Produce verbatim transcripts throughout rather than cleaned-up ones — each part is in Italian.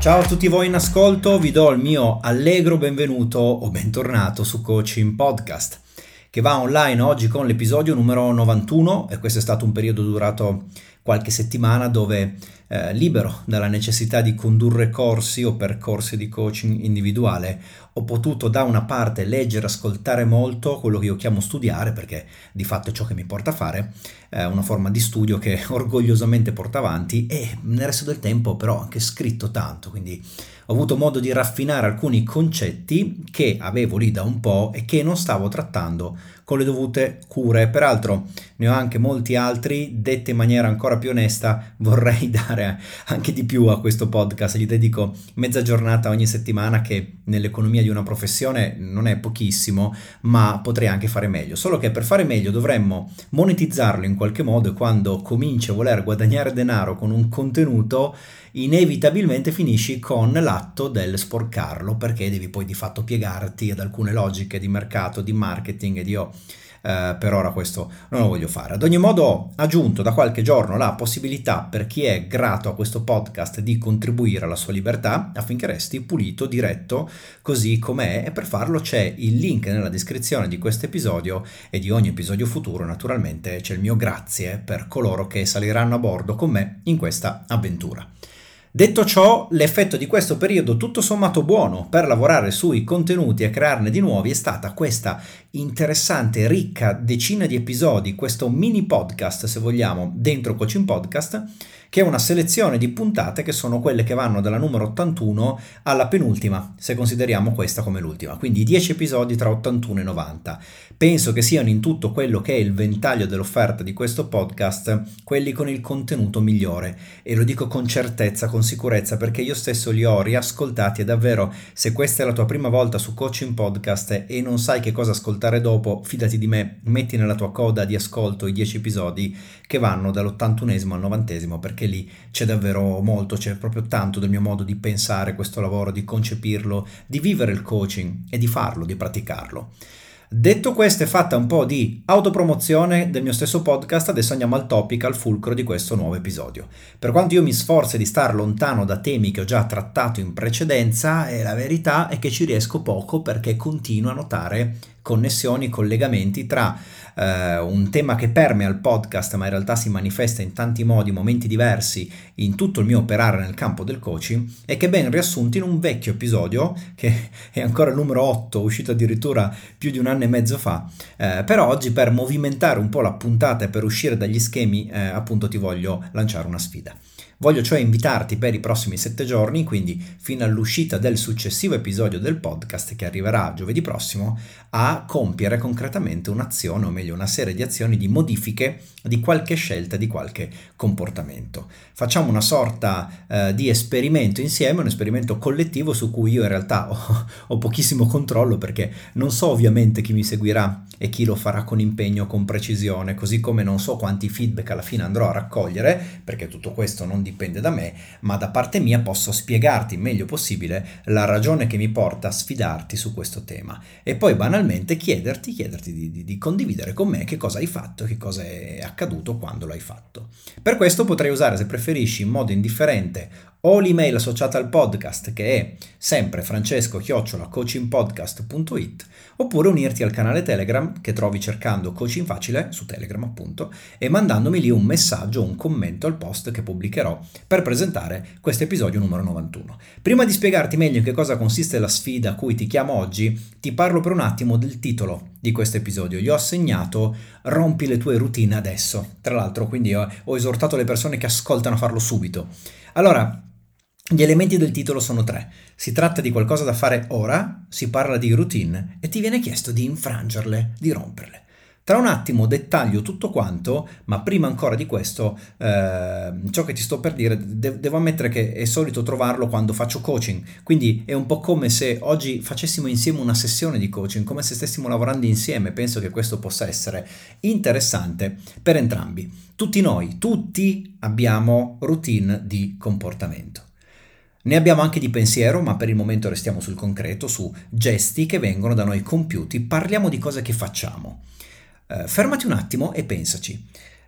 Ciao a tutti voi in ascolto, vi do il mio allegro benvenuto o bentornato su Coaching Podcast, che va online oggi con l'episodio numero novantuno e questo è stato un periodo durato qualche settimana dove eh, libero dalla necessità di condurre corsi o percorsi di coaching individuale ho potuto da una parte leggere, ascoltare molto quello che io chiamo studiare, perché di fatto è ciò che mi porta a fare, eh, una forma di studio che orgogliosamente porto avanti, e nel resto del tempo però ho anche scritto tanto, quindi ho avuto modo di raffinare alcuni concetti che avevo lì da un po' e che non stavo trattando con le dovute cure. Peraltro ne ho anche molti altri, detti in maniera ancora più onesta, vorrei dare anche di più a questo podcast, gli dedico mezza giornata ogni settimana, che nell'economia di una professione non è pochissimo, ma potrei anche fare meglio, solo che per fare meglio dovremmo monetizzarlo in qualche modo, e quando cominci a voler guadagnare denaro con un contenuto inevitabilmente finisci con l'atto del sporcarlo, perché devi poi di fatto piegarti ad alcune logiche di mercato, di marketing, ed io eh, per ora questo non lo voglio fare. Ad ogni modo ho aggiunto da qualche giorno la possibilità per chi è grato a questo podcast di contribuire alla sua libertà affinché resti pulito, diretto, così com'è, e per farlo c'è il link nella descrizione di questo episodio e di ogni episodio futuro. Naturalmente c'è il mio grazie per coloro che saliranno a bordo con me in questa avventura. Detto ciò, l'effetto di questo periodo tutto sommato buono per lavorare sui contenuti e crearne di nuovi è stata questa interessante, ricca decina di episodi, questo mini podcast, se vogliamo, dentro Coaching Podcast, che è una selezione di puntate che sono quelle che vanno dalla numero ottantuno alla penultima, se consideriamo questa come l'ultima, quindi dieci episodi tra ottantuno e novanta. Penso che siano in tutto quello che è il ventaglio dell'offerta di questo podcast quelli con il contenuto migliore, e lo dico con certezza, con sicurezza, perché io stesso li ho riascoltati, e davvero, se questa è la tua prima volta su Coaching Podcast e non sai che cosa ascoltare dopo, fidati di me, metti nella tua coda di ascolto i dieci episodi che vanno dall'ottantunesimo al novantesimo, perché lì c'è davvero molto, c'è proprio tanto del mio modo di pensare questo lavoro, di concepirlo, di vivere il coaching e di farlo, di praticarlo. Detto questo, è fatta un po' di autopromozione del mio stesso podcast, adesso andiamo al topic, al fulcro di questo nuovo episodio. Per quanto io mi sforzi di star lontano da temi che ho già trattato in precedenza, e la verità è che ci riesco poco, perché continuo a notare connessioni, collegamenti tra eh, un tema che permea il podcast, ma in realtà si manifesta in tanti modi, momenti diversi in tutto il mio operare nel campo del coaching, e che ben riassunti in un vecchio episodio che è ancora il numero otto, uscito addirittura più di un anno e mezzo fa. Eh, però oggi, per movimentare un po' la puntata e per uscire dagli schemi, eh, appunto ti voglio lanciare una sfida. Voglio cioè invitarti per i prossimi sette giorni, quindi fino all'uscita del successivo episodio del podcast che arriverà giovedì prossimo, a compiere concretamente un'azione, o meglio una serie di azioni di modifiche di qualche scelta, di qualche comportamento. Facciamo una sorta eh, di esperimento insieme, un esperimento collettivo su cui io in realtà ho, ho pochissimo controllo, perché non so ovviamente chi mi seguirà e chi lo farà con impegno, con precisione, così come non so quanti feedback alla fine andrò a raccogliere, perché tutto questo non dipende da me, ma da parte mia posso spiegarti il meglio possibile la ragione che mi porta a sfidarti su questo tema, e poi banalmente chiederti, chiederti di, di, di condividere con me che cosa hai fatto, che cosa è accaduto quando l'hai fatto. Per questo potrei usare, se preferisci in modo indifferente, o l'email associata al podcast, che è sempre francesco chiocciola coachingpodcast punto it, oppure unirti al canale Telegram che trovi cercando Coaching Facile su Telegram appunto, e mandandomi lì un messaggio, un commento al post che pubblicherò per presentare questo episodio numero novantuno. Prima di spiegarti meglio in che cosa consiste la sfida a cui ti chiamo oggi, ti parlo per un attimo del titolo di questo episodio. Gli ho assegnato "Rompi le tue routine adesso". Tra l'altro, quindi ho, ho esortato le persone che ascoltano a farlo subito. Allora, gli elementi del titolo sono tre. Si tratta di qualcosa da fare ora, si parla di routine e ti viene chiesto di infrangerle, di romperle. Tra un attimo dettaglio tutto quanto, ma prima ancora di questo, eh, ciò che ti sto per dire, de- devo ammettere che è solito trovarlo quando faccio coaching, quindi è un po' come se oggi facessimo insieme una sessione di coaching, come se stessimo lavorando insieme. Penso che questo possa essere interessante per entrambi. Tutti noi, tutti abbiamo routine di comportamento. Ne abbiamo anche di pensiero, ma per il momento restiamo sul concreto, su gesti che vengono da noi compiuti. Parliamo di cose che facciamo. Eh, fermati un attimo e pensaci.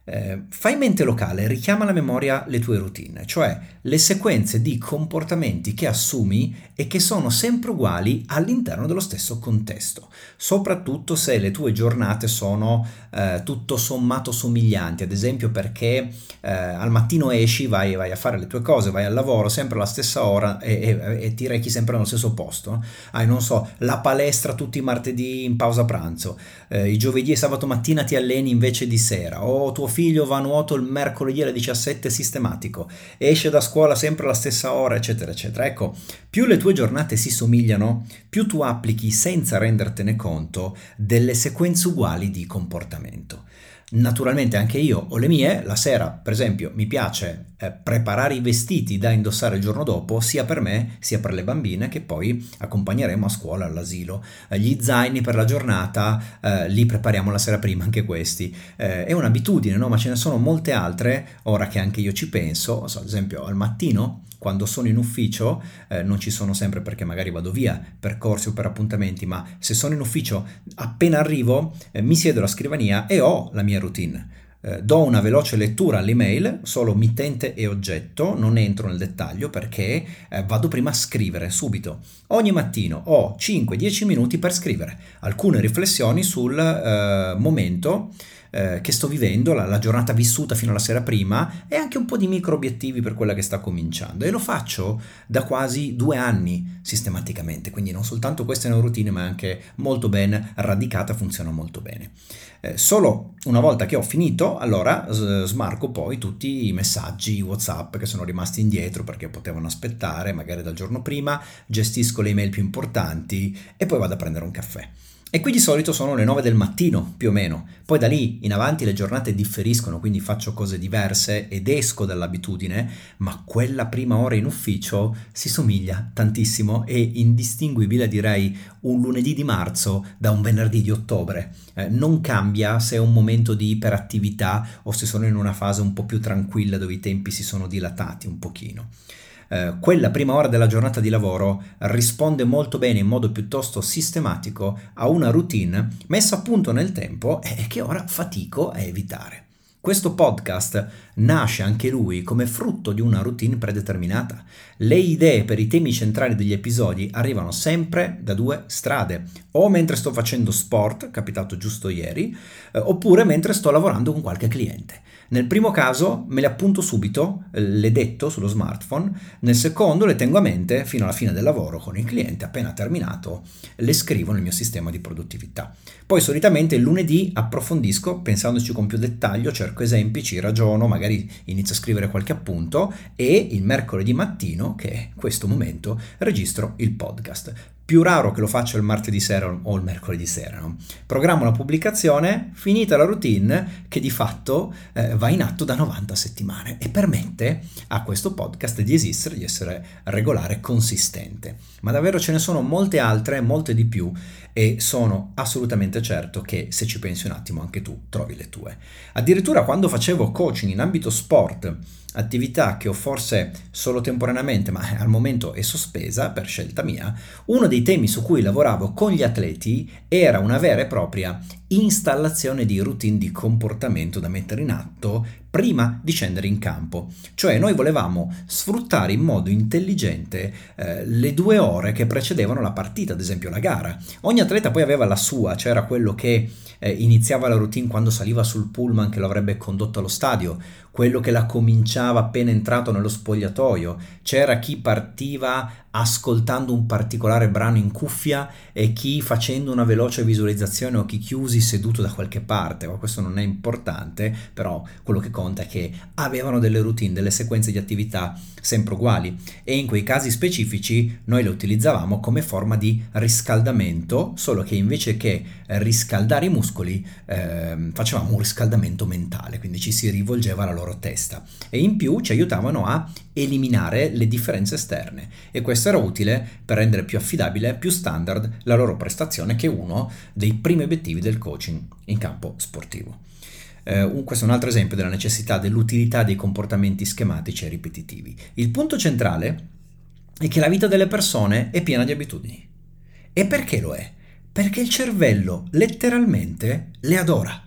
Eh, fai mente locale, richiama alla memoria le tue routine, cioè le sequenze di comportamenti che assumi e che sono sempre uguali all'interno dello stesso contesto, soprattutto se le tue giornate sono eh, tutto sommato somiglianti, ad esempio perché eh, al mattino esci, vai, vai a fare le tue cose, vai al lavoro sempre alla stessa ora e, e, e ti rechi sempre nello stesso posto. Hai, non so, la palestra tutti i martedì in pausa pranzo, eh, i giovedì e sabato mattina ti alleni invece di sera, o tuo figlio va a nuoto il mercoledì alle diciassette sistematico, esce da scuola sempre alla stessa ora, eccetera, eccetera. Ecco, più le tue giornate si somigliano, più tu applichi senza rendertene conto delle sequenze uguali di comportamento. Naturalmente anche io ho le mie, la sera per esempio mi piace eh, preparare i vestiti da indossare il giorno dopo, sia per me sia per le bambine che poi accompagneremo a scuola, all'asilo. Eh, gli zaini per la giornata eh, li prepariamo la sera prima, anche questi. Eh, è un'abitudine, no? Ma ce ne sono molte altre, ora che anche io ci penso, so, ad esempio al mattino quando sono in ufficio, eh, non ci sono sempre perché magari vado via per corsi o per appuntamenti, ma se sono in ufficio appena arrivo eh, mi siedo alla scrivania e ho la mia routine. Eh, do una veloce lettura all'email, solo mittente e oggetto, non entro nel dettaglio perché eh, vado prima a scrivere subito. Ogni mattino ho cinque dieci minuti per scrivere alcune riflessioni sul eh, momento eh, che sto vivendo, la, la giornata vissuta fino alla sera prima e anche un po' di micro obiettivi per quella che sta cominciando, e lo faccio da quasi due anni sistematicamente, quindi non soltanto questa è una routine ma anche molto ben radicata, funziona molto bene. Eh, solo una volta che ho finito, allora s- smarco poi tutti i messaggi WhatsApp che sono rimasti indietro perché potevano aspettare magari dal giorno prima, gestisco le email più importanti e poi vado a prendere un caffè. E qui di solito sono le nove del mattino, più o meno. Poi da lì in avanti le giornate differiscono, quindi faccio cose diverse ed esco dall'abitudine, ma quella prima ora in ufficio si somiglia tantissimo e indistinguibile, direi, un lunedì di marzo da un venerdì di ottobre. Eh, non cambia se è un momento di iperattività o se sono in una fase un po' più tranquilla dove i tempi si sono dilatati un pochino. Eh, quella prima ora della giornata di lavoro risponde molto bene in modo piuttosto sistematico a una routine messa a punto nel tempo e che ora fatico a evitare. Questo podcast nasce anche lui come frutto di una routine predeterminata. Le idee per i temi centrali degli episodi arrivano sempre da due strade: o mentre sto facendo sport, capitato giusto ieri, eh, oppure mentre sto lavorando con qualche cliente. Nel primo caso me le appunto subito, le detto sullo smartphone, nel secondo le tengo a mente fino alla fine del lavoro con il cliente, appena terminato le scrivo nel mio sistema di produttività. Poi solitamente il lunedì approfondisco pensandoci con più dettaglio, cerco esempi, ci ragiono, magari inizio a scrivere qualche appunto e il mercoledì mattino, che è questo momento, registro il podcast. Più raro che lo faccia il martedì sera o il mercoledì sera, no? Programmo la pubblicazione, finita la routine che di fatto eh, va in atto da novanta settimane e permette a questo podcast di esistere, di essere regolare e consistente. Ma davvero ce ne sono molte altre, molte di più, e sono assolutamente certo che se ci pensi un attimo anche tu trovi le tue. Addirittura quando facevo coaching in ambito sport, attività che ho forse solo temporaneamente, ma al momento è sospesa per scelta mia, uno dei temi su cui lavoravo con gli atleti era una vera e propria installazione di routine di comportamento da mettere in atto prima di scendere in campo. Cioè noi volevamo sfruttare in modo intelligente eh, le due ore che precedevano la partita, ad esempio la gara. Ogni atleta poi aveva la sua, c'era quello che eh, iniziava la routine quando saliva sul pullman che lo avrebbe condotto allo stadio, quello che la cominciava appena entrato nello spogliatoio, c'era chi partiva ascoltando un particolare brano in cuffia e chi facendo una veloce visualizzazione o chi chiusi seduto da qualche parte, ma questo non è importante, però quello che conta è che avevano delle routine, delle sequenze di attività sempre uguali e in quei casi specifici noi le utilizzavamo come forma di riscaldamento, solo che invece che riscaldare i muscoli eh, facevamo un riscaldamento mentale, quindi ci si rivolgeva alla loro testa e in più ci aiutavano a eliminare le differenze esterne e questo era utile per rendere più affidabile, più standard la loro prestazione, che è uno dei primi obiettivi del coaching in campo sportivo. Eh, un, questo è un altro esempio della necessità dell'utilità dei comportamenti schematici e ripetitivi. Il punto centrale è che la vita delle persone è piena di abitudini. E perché lo è? Perché il cervello letteralmente le adora.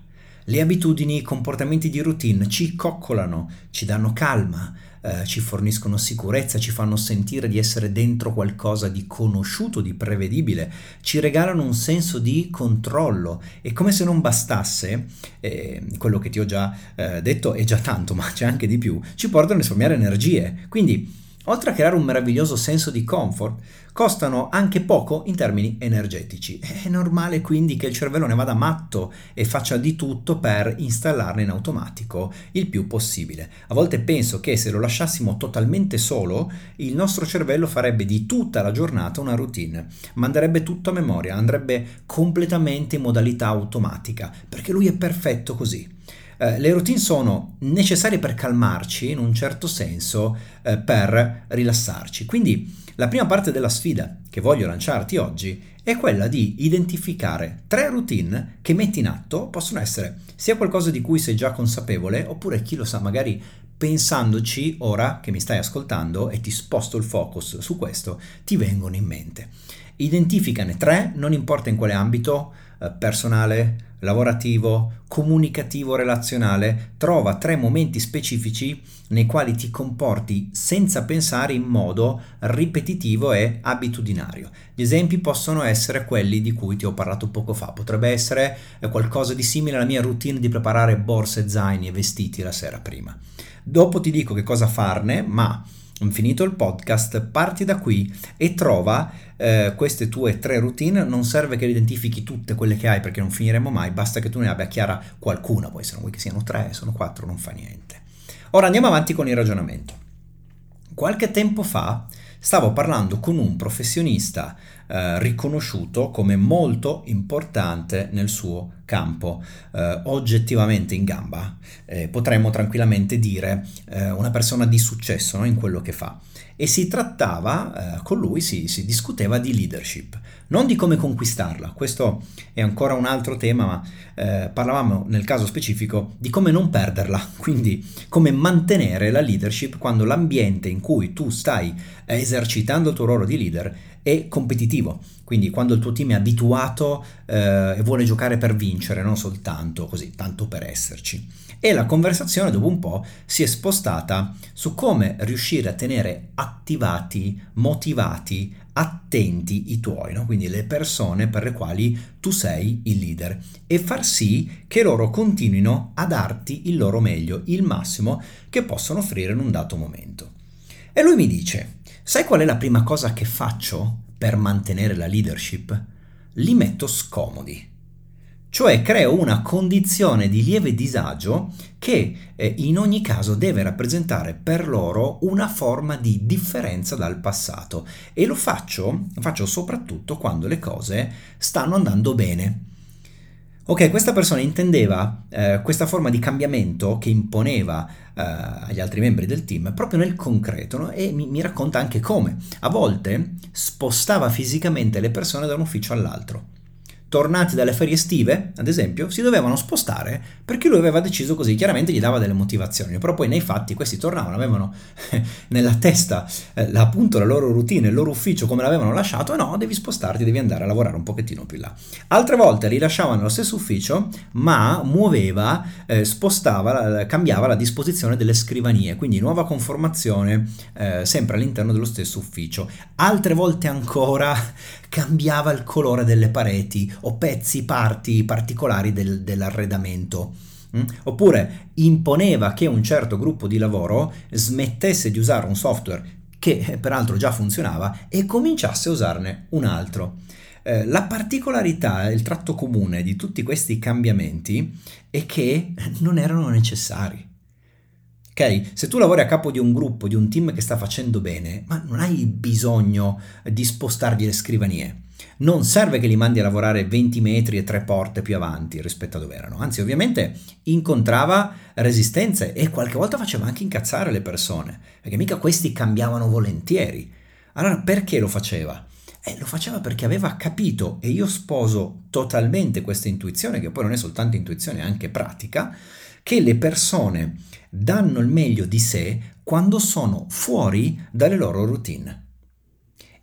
Le abitudini, i comportamenti di routine ci coccolano, ci danno calma, eh, ci forniscono sicurezza, ci fanno sentire di essere dentro qualcosa di conosciuto, di prevedibile, ci regalano un senso di controllo e come se non bastasse, eh, quello che ti ho già eh, detto è già tanto, ma c'è anche di più, ci portano a risparmiare energie. Quindi, oltre a creare un meraviglioso senso di comfort, costano anche poco in termini energetici. È normale quindi che il cervello ne vada matto e faccia di tutto per installarne in automatico il più possibile. A volte penso che se lo lasciassimo totalmente solo, il nostro cervello farebbe di tutta la giornata una routine, manderebbe tutto a memoria, andrebbe completamente in modalità automatica, perché lui è perfetto così. Eh, le routine sono necessarie per calmarci, in un certo senso, eh, per rilassarci. Quindi la prima parte della sfida che voglio lanciarti oggi è quella di identificare tre routine che metti in atto, possono essere sia qualcosa di cui sei già consapevole, oppure chi lo sa, magari pensandoci ora che mi stai ascoltando e ti sposto il focus su questo, ti vengono in mente. Identificane tre, non importa in quale ambito, eh, personale, lavorativo, comunicativo, relazionale, trova tre momenti specifici nei quali ti comporti senza pensare in modo ripetitivo e abitudinario. Gli esempi possono essere quelli di cui ti ho parlato poco fa, potrebbe essere qualcosa di simile alla mia routine di preparare borse, zaini e vestiti la sera prima. Dopo ti dico che cosa farne, ma finito il podcast, parti da qui e trova eh, queste tue tre routine. Non serve che le identifichi tutte quelle che hai perché non finiremo mai, basta che tu ne abbia chiara qualcuna, poi se non vuoi che siano tre, sono quattro, non fa niente. Ora andiamo avanti con il ragionamento. Qualche tempo fa stavo parlando con un professionista eh, riconosciuto come molto importante nel suo campo, eh, oggettivamente in gamba, eh, potremmo tranquillamente dire eh, una persona di successo, no, in quello che fa. E si trattava, eh, con lui si, si discuteva di leadership, non di come conquistarla, questo è ancora un altro tema, ma eh, parlavamo nel caso specifico di come non perderla, quindi come mantenere la leadership quando l'ambiente in cui tu stai esercitando il tuo ruolo di leader è competitivo, quindi quando il tuo team è abituato eh, e vuole giocare per vincere, non soltanto così, tanto per esserci. E la conversazione dopo un po' si è spostata su come riuscire a tenere attivati, motivati, attenti i tuoi, no? Quindi le persone per le quali tu sei il leader, e far sì che loro continuino a darti il loro meglio, il massimo che possono offrire in un dato momento. E lui mi dice: sai qual è la prima cosa che faccio per mantenere la leadership? Li metto scomodi. Cioè creo una condizione di lieve disagio che eh, in ogni caso deve rappresentare per loro una forma di differenza dal passato, e lo faccio, lo faccio soprattutto quando le cose stanno andando bene. Ok, questa persona intendeva eh, questa forma di cambiamento che imponeva eh, agli altri membri del team proprio nel concreto, no? E mi, mi racconta anche come. A volte spostava fisicamente le persone da un ufficio all'altro. Tornati dalle ferie estive, ad esempio, si dovevano spostare perché lui aveva deciso così. Chiaramente gli dava delle motivazioni, però poi nei fatti questi tornavano, avevano nella testa eh, appunto la loro routine, il loro ufficio come l'avevano lasciato, e no, devi spostarti, devi andare a lavorare un pochettino più là. Altre volte li lasciava nello stesso ufficio, ma muoveva, eh, spostava, cambiava la disposizione delle scrivanie, quindi nuova conformazione, eh, sempre all'interno dello stesso ufficio. Altre volte ancora cambiava il colore delle pareti o pezzi, parti particolari del, dell'arredamento. Mm? Oppure imponeva che un certo gruppo di lavoro smettesse di usare un software che peraltro già funzionava e cominciasse a usarne un altro. Eh, la particolarità, il tratto comune di tutti questi cambiamenti è che non erano necessari. Ok? Se tu lavori a capo di un gruppo, di un team che sta facendo bene, ma non hai bisogno di spostargli le scrivanie. Non serve che li mandi a lavorare venti metri e tre porte più avanti rispetto a dove erano. Anzi, ovviamente incontrava resistenze e qualche volta faceva anche incazzare le persone, perché mica questi cambiavano volentieri. Allora perché lo faceva? Eh, lo faceva perché aveva capito, e io sposo totalmente questa intuizione, che poi non è soltanto intuizione, è anche pratica, che le persone danno il meglio di sé quando sono fuori dalle loro routine.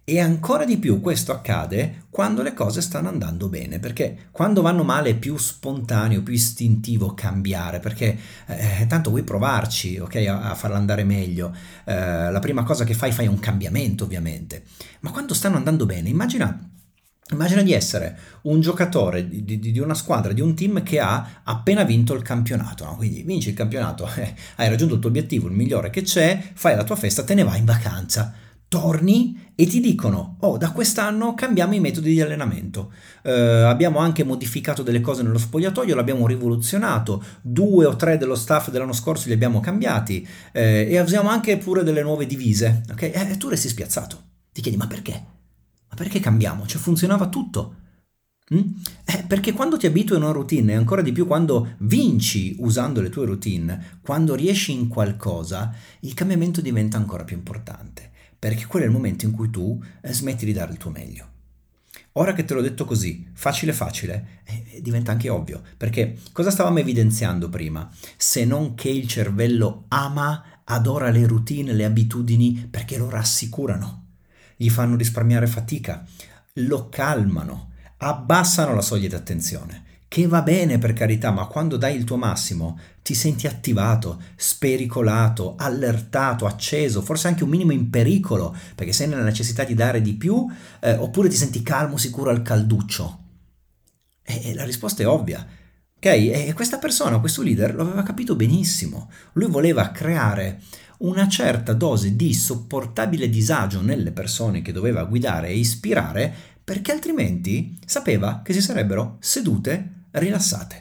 E ancora di più questo accade quando le cose stanno andando bene, perché quando vanno male è più spontaneo, più istintivo cambiare, perché eh, tanto vuoi provarci, ok, a, a farla andare meglio. Eh, la prima cosa che fai, fai un cambiamento ovviamente. Ma quando stanno andando bene, immagina... Immagina di essere un giocatore di, di- di una squadra, di un team che ha appena vinto il campionato, no? Quindi vinci il campionato, eh, hai raggiunto il tuo obiettivo, il migliore che c'è, fai la tua festa, te ne vai in vacanza, torni e ti dicono, oh, da quest'anno cambiamo i metodi di allenamento. Eh, abbiamo anche modificato delle cose nello spogliatoio, l'abbiamo rivoluzionato, due o tre dello staff dell'anno scorso li abbiamo cambiati, eh, e usiamo anche pure delle nuove divise, ok? E tu resti spiazzato, ti chiedi, ma perché? Ma perché cambiamo? Cioè funzionava tutto. Mm? Eh, perché quando ti abitui a una routine, e ancora di più quando vinci usando le tue routine, quando riesci in qualcosa, il cambiamento diventa ancora più importante, perché quello è il momento in cui tu eh, smetti di dare il tuo meglio. Ora che te l'ho detto così, facile facile, eh, diventa anche ovvio, perché cosa stavamo evidenziando prima? Se non che il cervello ama, adora le routine, le abitudini, perché lo rassicurano, gli fanno risparmiare fatica, lo calmano, abbassano la soglia di attenzione, che va bene per carità, ma quando dai il tuo massimo ti senti attivato, spericolato, allertato, acceso, forse anche un minimo in pericolo, perché sei nella necessità di dare di più, eh, oppure ti senti calmo, sicuro al calduccio. E, e la risposta è ovvia. Ok? E questa persona, questo leader, lo aveva capito benissimo. Lui voleva creare una certa dose di sopportabile disagio nelle persone che doveva guidare e ispirare, perché altrimenti sapeva che si sarebbero sedute rilassate.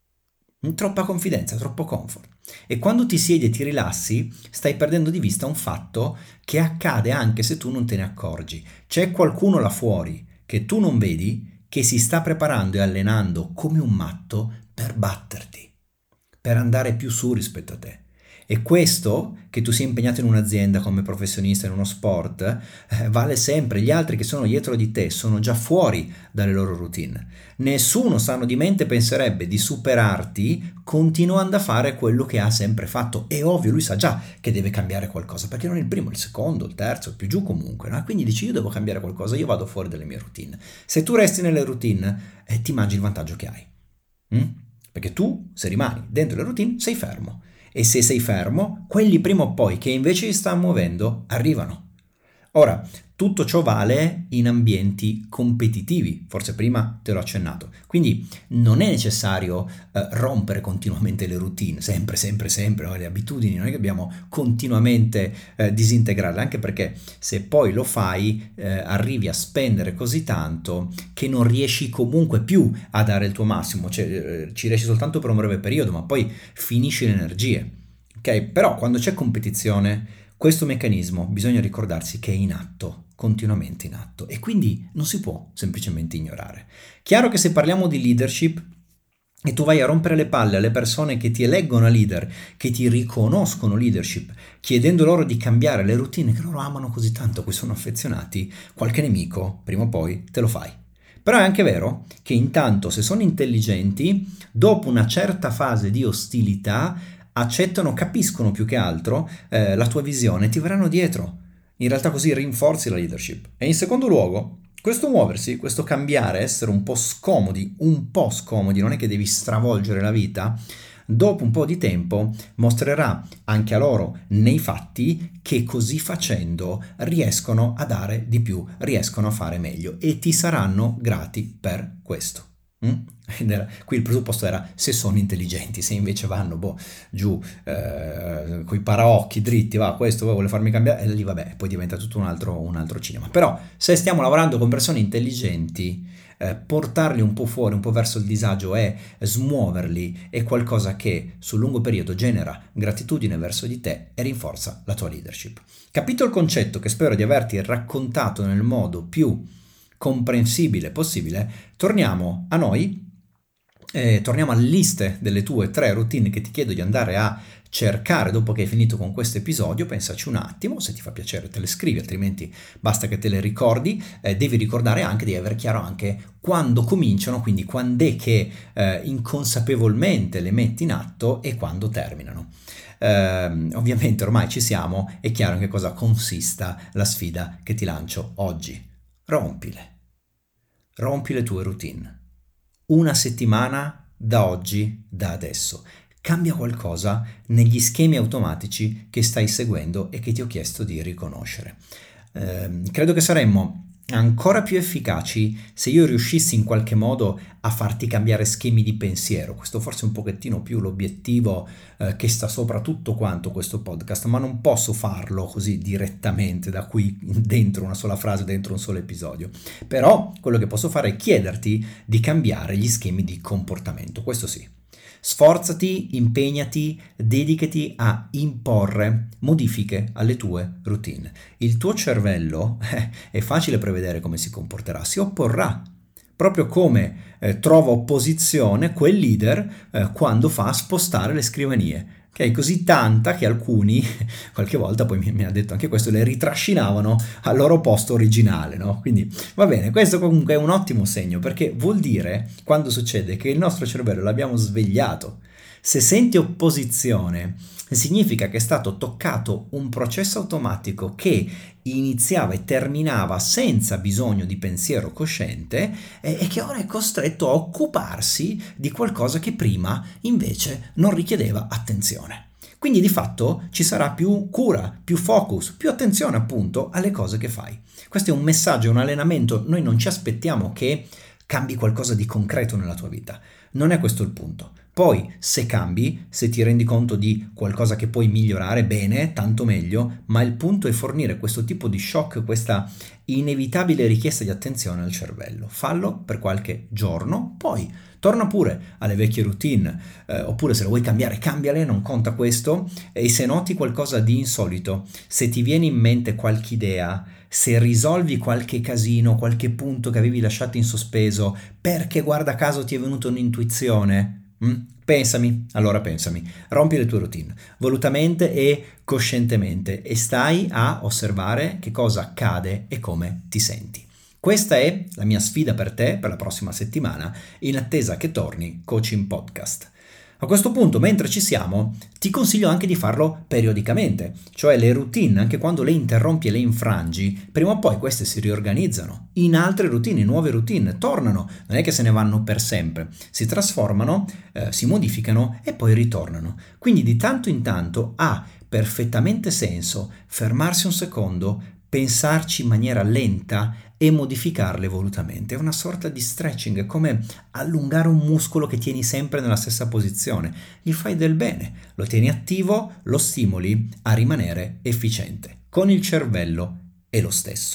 Troppa confidenza, troppo comfort. E quando ti siedi e ti rilassi, stai perdendo di vista un fatto che accade anche se tu non te ne accorgi. C'è qualcuno là fuori che tu non vedi che si sta preparando e allenando come un matto per batterti, per andare più su rispetto a te. E questo, che tu sia impegnato in un'azienda come professionista in uno sport, eh, vale sempre. Gli altri che sono dietro di te sono già fuori dalle loro routine. Nessuno sano di mente penserebbe di superarti continuando a fare quello che ha sempre fatto. È ovvio, lui sa già che deve cambiare qualcosa, perché non è il primo, il secondo, il terzo, il più giù comunque, no? Quindi dici io devo cambiare qualcosa, io vado fuori dalle mie routine. Se tu resti nelle routine, eh, ti mangi il vantaggio che hai. Mm? Perché tu, se rimani dentro le routine, sei fermo. E se sei fermo, quelli prima o poi che invece si stanno muovendo arrivano. Ora, tutto ciò vale in ambienti competitivi, forse prima te l'ho accennato, quindi non è necessario eh, rompere continuamente le routine, sempre, sempre, sempre, no? Le abitudini, non è che dobbiamo continuamente eh, disintegrarle, anche perché se poi lo fai eh, arrivi a spendere così tanto che non riesci comunque più a dare il tuo massimo, cioè eh, ci riesci soltanto per un breve periodo, ma poi finisci le energie, ok? Però quando c'è competizione questo meccanismo bisogna ricordarsi che è in atto, continuamente in atto, e quindi non si può semplicemente ignorare. Chiaro che se parliamo di leadership e tu vai a rompere le palle alle persone che ti eleggono a leader, che ti riconoscono leadership, chiedendo loro di cambiare le routine che loro amano così tanto, a cui sono affezionati, qualche nemico, prima o poi, te lo fai. Però è anche vero che intanto, se sono intelligenti, dopo una certa fase di ostilità, accettano, capiscono più che altro eh, la tua visione e ti verranno dietro. In realtà così rinforzi la leadership. E in secondo luogo, questo muoversi, questo cambiare, essere un po' scomodi, un po' scomodi, non è che devi stravolgere la vita, dopo un po' di tempo mostrerà anche a loro nei fatti che così facendo riescono a dare di più, riescono a fare meglio e ti saranno grati per questo. Mm? Qui il presupposto era se sono intelligenti, se invece vanno boh, giù eh, coi paraocchi dritti, va, questo vuole farmi cambiare, e lì vabbè, poi diventa tutto un altro, un altro cinema. Però se stiamo lavorando con persone intelligenti, eh, portarli un po' fuori, un po' verso il disagio e smuoverli è qualcosa che sul lungo periodo genera gratitudine verso di te e rinforza la tua leadership. Capito il concetto che spero di averti raccontato nel modo più comprensibile possibile, torniamo a noi Eh, torniamo alle liste delle tue tre routine che ti chiedo di andare a cercare dopo che hai finito con questo episodio. Pensaci un attimo, se ti fa piacere te le scrivi, altrimenti basta che te le ricordi. Eh, devi ricordare anche di aver chiaro anche quando cominciano, quindi quando è che eh, inconsapevolmente le metti in atto e quando terminano. Eh, ovviamente ormai ci siamo, è chiaro in che cosa consista la sfida che ti lancio oggi. Rompile, rompi le tue routine. Una settimana da oggi, da adesso. Cambia qualcosa negli schemi automatici che stai seguendo e che ti ho chiesto di riconoscere. Eh, credo che saremmo ancora più efficaci se io riuscissi in qualche modo a farti cambiare schemi di pensiero. Questo forse è un pochettino più l'obiettivo eh, che sta sopra tutto quanto questo podcast, ma non posso farlo così direttamente da qui dentro una sola frase, dentro un solo episodio. Però quello che posso fare è chiederti di cambiare gli schemi di comportamento, questo sì. Sforzati, impegnati, dedicati a imporre modifiche alle tue routine. Il tuo cervello, eh, è facile prevedere come si comporterà, si opporrà, proprio come eh, trova opposizione quel leader eh, quando fa spostare le scrivanie, che è così tanta che alcuni, qualche volta poi mi, mi ha detto anche questo, le ritrascinavano al loro posto originale, no? Quindi va bene, questo comunque è un ottimo segno, perché vuol dire, quando succede, che il nostro cervello l'abbiamo svegliato. Se senti opposizione, significa che è stato toccato un processo automatico che iniziava e terminava senza bisogno di pensiero cosciente e, e che ora è costretto a occuparsi di qualcosa che prima invece non richiedeva attenzione. Quindi di fatto ci sarà più cura, più focus, più attenzione appunto alle cose che fai. Questo è un messaggio, un allenamento. Noi non ci aspettiamo che cambi qualcosa di concreto nella tua vita. Non è questo il punto. Poi, se cambi, se ti rendi conto di qualcosa che puoi migliorare, bene, tanto meglio, ma il punto è fornire questo tipo di shock, questa inevitabile richiesta di attenzione al cervello. Fallo per qualche giorno, poi torna pure alle vecchie routine, eh, oppure se lo vuoi cambiare, cambiale, non conta questo. E se noti qualcosa di insolito, se ti viene in mente qualche idea, se risolvi qualche casino, qualche punto che avevi lasciato in sospeso, perché guarda caso ti è venuta un'intuizione, Mm? Pensami, allora pensami, rompi le tue routine, volutamente e coscientemente, e stai a osservare che cosa accade e come ti senti. Questa è la mia sfida per te per la prossima settimana, in attesa che torni Coaching Podcast. A questo punto, mentre ci siamo, ti consiglio anche di farlo periodicamente, cioè le routine, anche quando le interrompi e le infrangi, prima o poi queste si riorganizzano in altre routine, in nuove routine, tornano, non è che se ne vanno per sempre, si trasformano, eh, si modificano e poi ritornano. Quindi di tanto in tanto ha perfettamente senso fermarsi un secondo, pensarci in maniera lenta e modificarle volutamente. È una sorta di stretching, è come allungare un muscolo che tieni sempre nella stessa posizione. Gli fai del bene, lo tieni attivo, lo stimoli a rimanere efficiente. Con il cervello è lo stesso.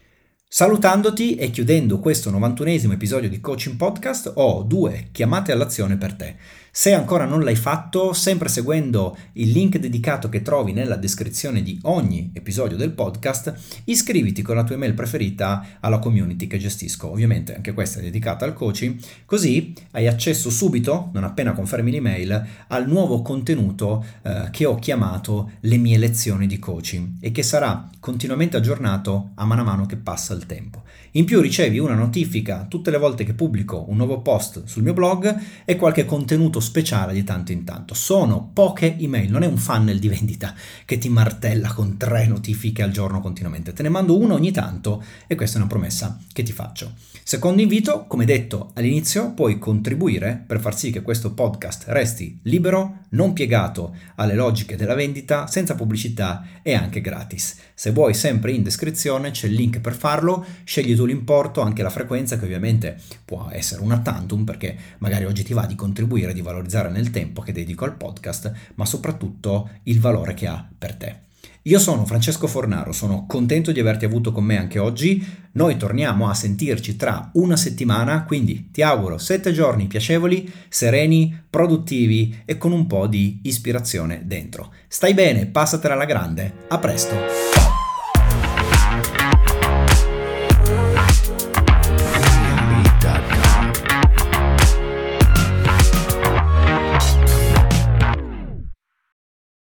Salutandoti e chiudendo questo novantunesimo episodio di Coaching Podcast, ho due chiamate all'azione per te. Se ancora non l'hai fatto, sempre seguendo il link dedicato che trovi nella descrizione di ogni episodio del podcast, iscriviti con la tua email preferita alla community che gestisco. Ovviamente anche questa è dedicata al coaching, così hai accesso subito, non appena confermi l'email, al nuovo contenuto eh, che ho chiamato le mie lezioni di coaching e che sarà continuamente aggiornato a mano a mano che passa il tempo. In più ricevi una notifica tutte le volte che pubblico un nuovo post sul mio blog e qualche contenuto speciale di tanto in tanto. Sono poche email, non è un funnel di vendita che ti martella con tre notifiche al giorno continuamente. Te ne mando una ogni tanto e questa è una promessa che ti faccio. Secondo invito, come detto all'inizio, puoi contribuire per far sì che questo podcast resti libero, non piegato alle logiche della vendita, senza pubblicità e anche gratis. Se vuoi, sempre in descrizione c'è il link per farlo, scegli tu l'importo, anche la frequenza, che ovviamente può essere una tantum, perché magari oggi ti va di contribuire, di valorizzare nel tempo che dedico al podcast, ma soprattutto il valore che ha per te. Io sono Francesco Fornaro, sono contento di averti avuto con me anche oggi. Noi torniamo a sentirci tra una settimana, quindi ti auguro sette giorni piacevoli, sereni, produttivi e con un po' di ispirazione dentro. Stai bene, passatela alla grande, a presto!